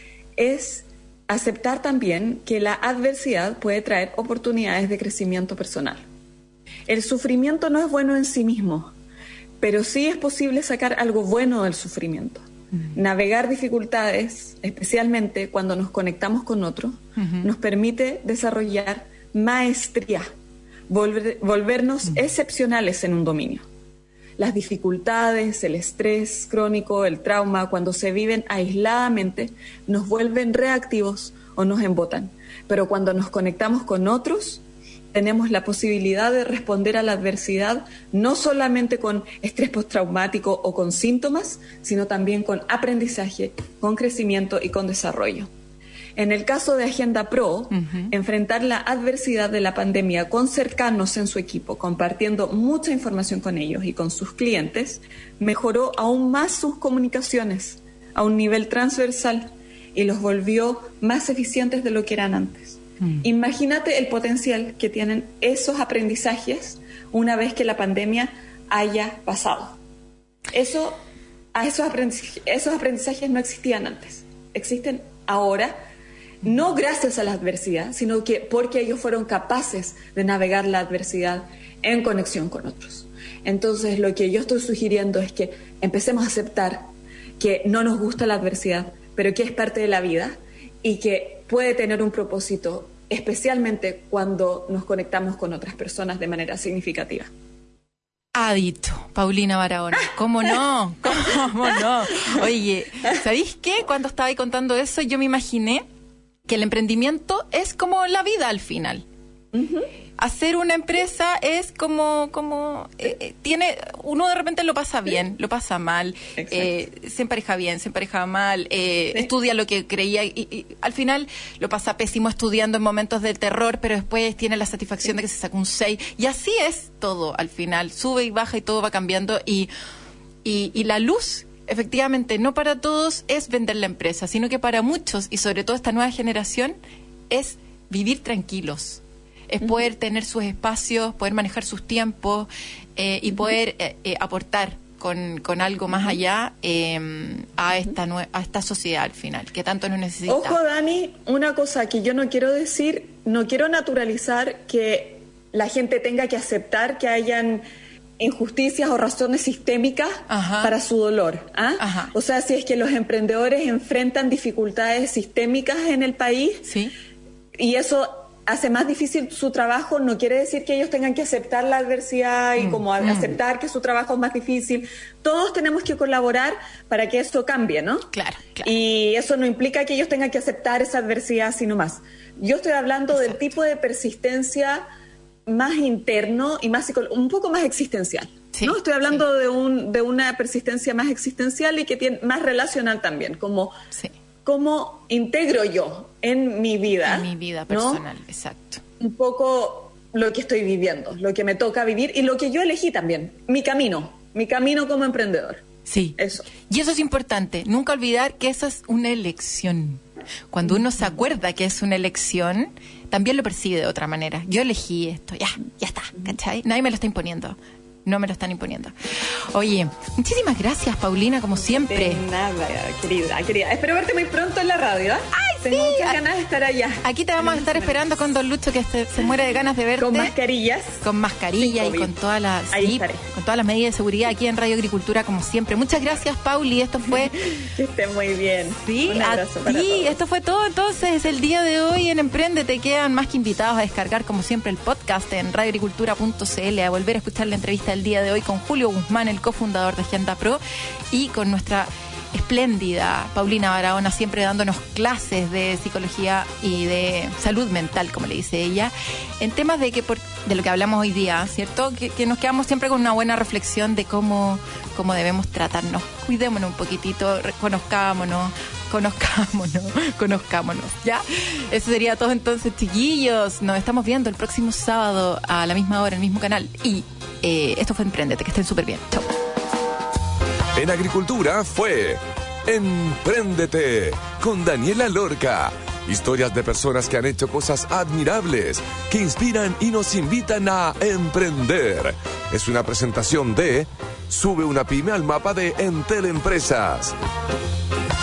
es aceptar también que la adversidad puede traer oportunidades de crecimiento personal. El sufrimiento no es bueno en sí mismo, pero sí es posible sacar algo bueno del sufrimiento. Uh-huh. Navegar dificultades, especialmente cuando nos conectamos con otro, uh-huh. nos permite desarrollar maestría, volver, volvernos uh-huh. excepcionales en un dominio. Las dificultades, el estrés crónico, el trauma, cuando se viven aisladamente, nos vuelven reactivos o nos embotan. Pero cuando nos conectamos con otros, tenemos la posibilidad de responder a la adversidad no solamente con estrés postraumático o con síntomas, sino también con aprendizaje, con crecimiento y con desarrollo. En el caso de Agenda Pro, uh-huh. enfrentar la adversidad de la pandemia con cercanos en su equipo, compartiendo mucha información con ellos y con sus clientes, mejoró aún más sus comunicaciones a un nivel transversal y los volvió más eficientes de lo que eran antes. Uh-huh. Imagínate el potencial que tienen esos aprendizajes una vez que la pandemia haya pasado. Eso, a esos aprendizajes, esos aprendizajes no existían antes, existen ahora. No gracias a la adversidad, sino que porque ellos fueron capaces de navegar la adversidad en conexión con otros. Entonces, lo que yo estoy sugiriendo es que empecemos a aceptar que no nos gusta la adversidad, pero que es parte de la vida y que puede tener un propósito, especialmente cuando nos conectamos con otras personas de manera significativa. Ha dicho Paulina Barahona. ¿Cómo no? ¿Cómo no? Oye, ¿sabéis qué? Cuando estaba ahí contando eso, yo me imaginé que el emprendimiento es como la vida al final. Uh-huh. hacer una empresa es como, como eh, eh, tiene, uno de repente lo pasa bien, lo pasa mal, eh, se empareja bien, se empareja mal, eh, sí. estudia lo que creía y, y al final lo pasa pésimo estudiando en momentos de terror, pero después tiene la satisfacción sí. de que se sacó un seis, y así es todo al final, sube y baja y todo va cambiando, y, y, y la luz, efectivamente, no para todos es vender la empresa, sino que para muchos, y sobre todo esta nueva generación, es vivir tranquilos. Es poder tener sus espacios, poder manejar sus tiempos eh, y poder eh, eh, aportar con, con algo más allá eh, a esta nue- a esta sociedad al final, que tanto nos necesita. Ojo, Dani, una cosa que yo no quiero decir, no quiero naturalizar que la gente tenga que aceptar que hayan injusticias o razones sistémicas Ajá. para su dolor. ¿ah? O sea, si es que los emprendedores enfrentan dificultades sistémicas en el país ¿Sí? y eso hace más difícil su trabajo, no quiere decir que ellos tengan que aceptar la adversidad y mm, como mm. aceptar que su trabajo es más difícil. Todos tenemos que colaborar para que esto cambie, ¿no? Claro, claro. Y eso no implica que ellos tengan que aceptar esa adversidad, sino más. Yo estoy hablando Exacto. del tipo de persistencia más interno y más un poco más existencial. Sí, ¿no? Estoy hablando sí. de un de una persistencia más existencial y que tiene más relacional también, como... Sí. ¿Cómo integro yo en mi vida? En mi vida personal, ¿no? exacto. Un poco lo que estoy viviendo, lo que me toca vivir y lo que yo elegí también, mi camino, mi camino como emprendedor. Sí, eso. Y eso es importante, nunca olvidar que eso es una elección. Cuando uno se acuerda que es una elección, también lo percibe de otra manera. Yo elegí esto, ya, ya está, ¿cachai? Nadie me lo está imponiendo. No me lo están imponiendo. Oye, muchísimas gracias, Paulina, como siempre. De nada, querida, querida. Espero verte muy pronto en la radio, ¿eh? ¡Ay, Tengo sí! muchas ganas de estar allá. Aquí te vamos a estar esperando con Don Lucho, que se, se muere de ganas de verte. Con mascarillas. Con mascarilla y con todas las sí, con todas las medidas de seguridad aquí en Radio Agricultura, como siempre. Muchas gracias, Pauli. Esto fue... que esté muy bien. Sí, un abrazo a para ti. todos. Esto fue todo, entonces, el día de hoy en Emprendete. Quedan más que invitados a descargar, como siempre, el podcast en radio agricultura punto c l, a volver a escuchar la entrevista del día de hoy con Julio Guzmán, el cofundador de Agenda Pro, y con nuestra espléndida Paulina Barahona, siempre dándonos clases de psicología y de salud mental, como le dice ella, en temas de que por, de lo que hablamos hoy día, ¿cierto? Que, que nos quedamos siempre con una buena reflexión de cómo, cómo debemos tratarnos. Cuidémonos un poquitito, reconozcámonos, conozcámonos, conozcámonos, ¿ya? Eso sería todo entonces, chiquillos. Nos estamos viendo el próximo sábado a la misma hora, en el mismo canal. Y eh, esto fue Emprendete, que estén súper bien. Chau. En Agricultura fue Emprendete con Daniela Lorca. Historias de personas que han hecho cosas admirables, que inspiran y nos invitan a emprender. Es una presentación de Sube una pyme al mapa de Entel Empresas.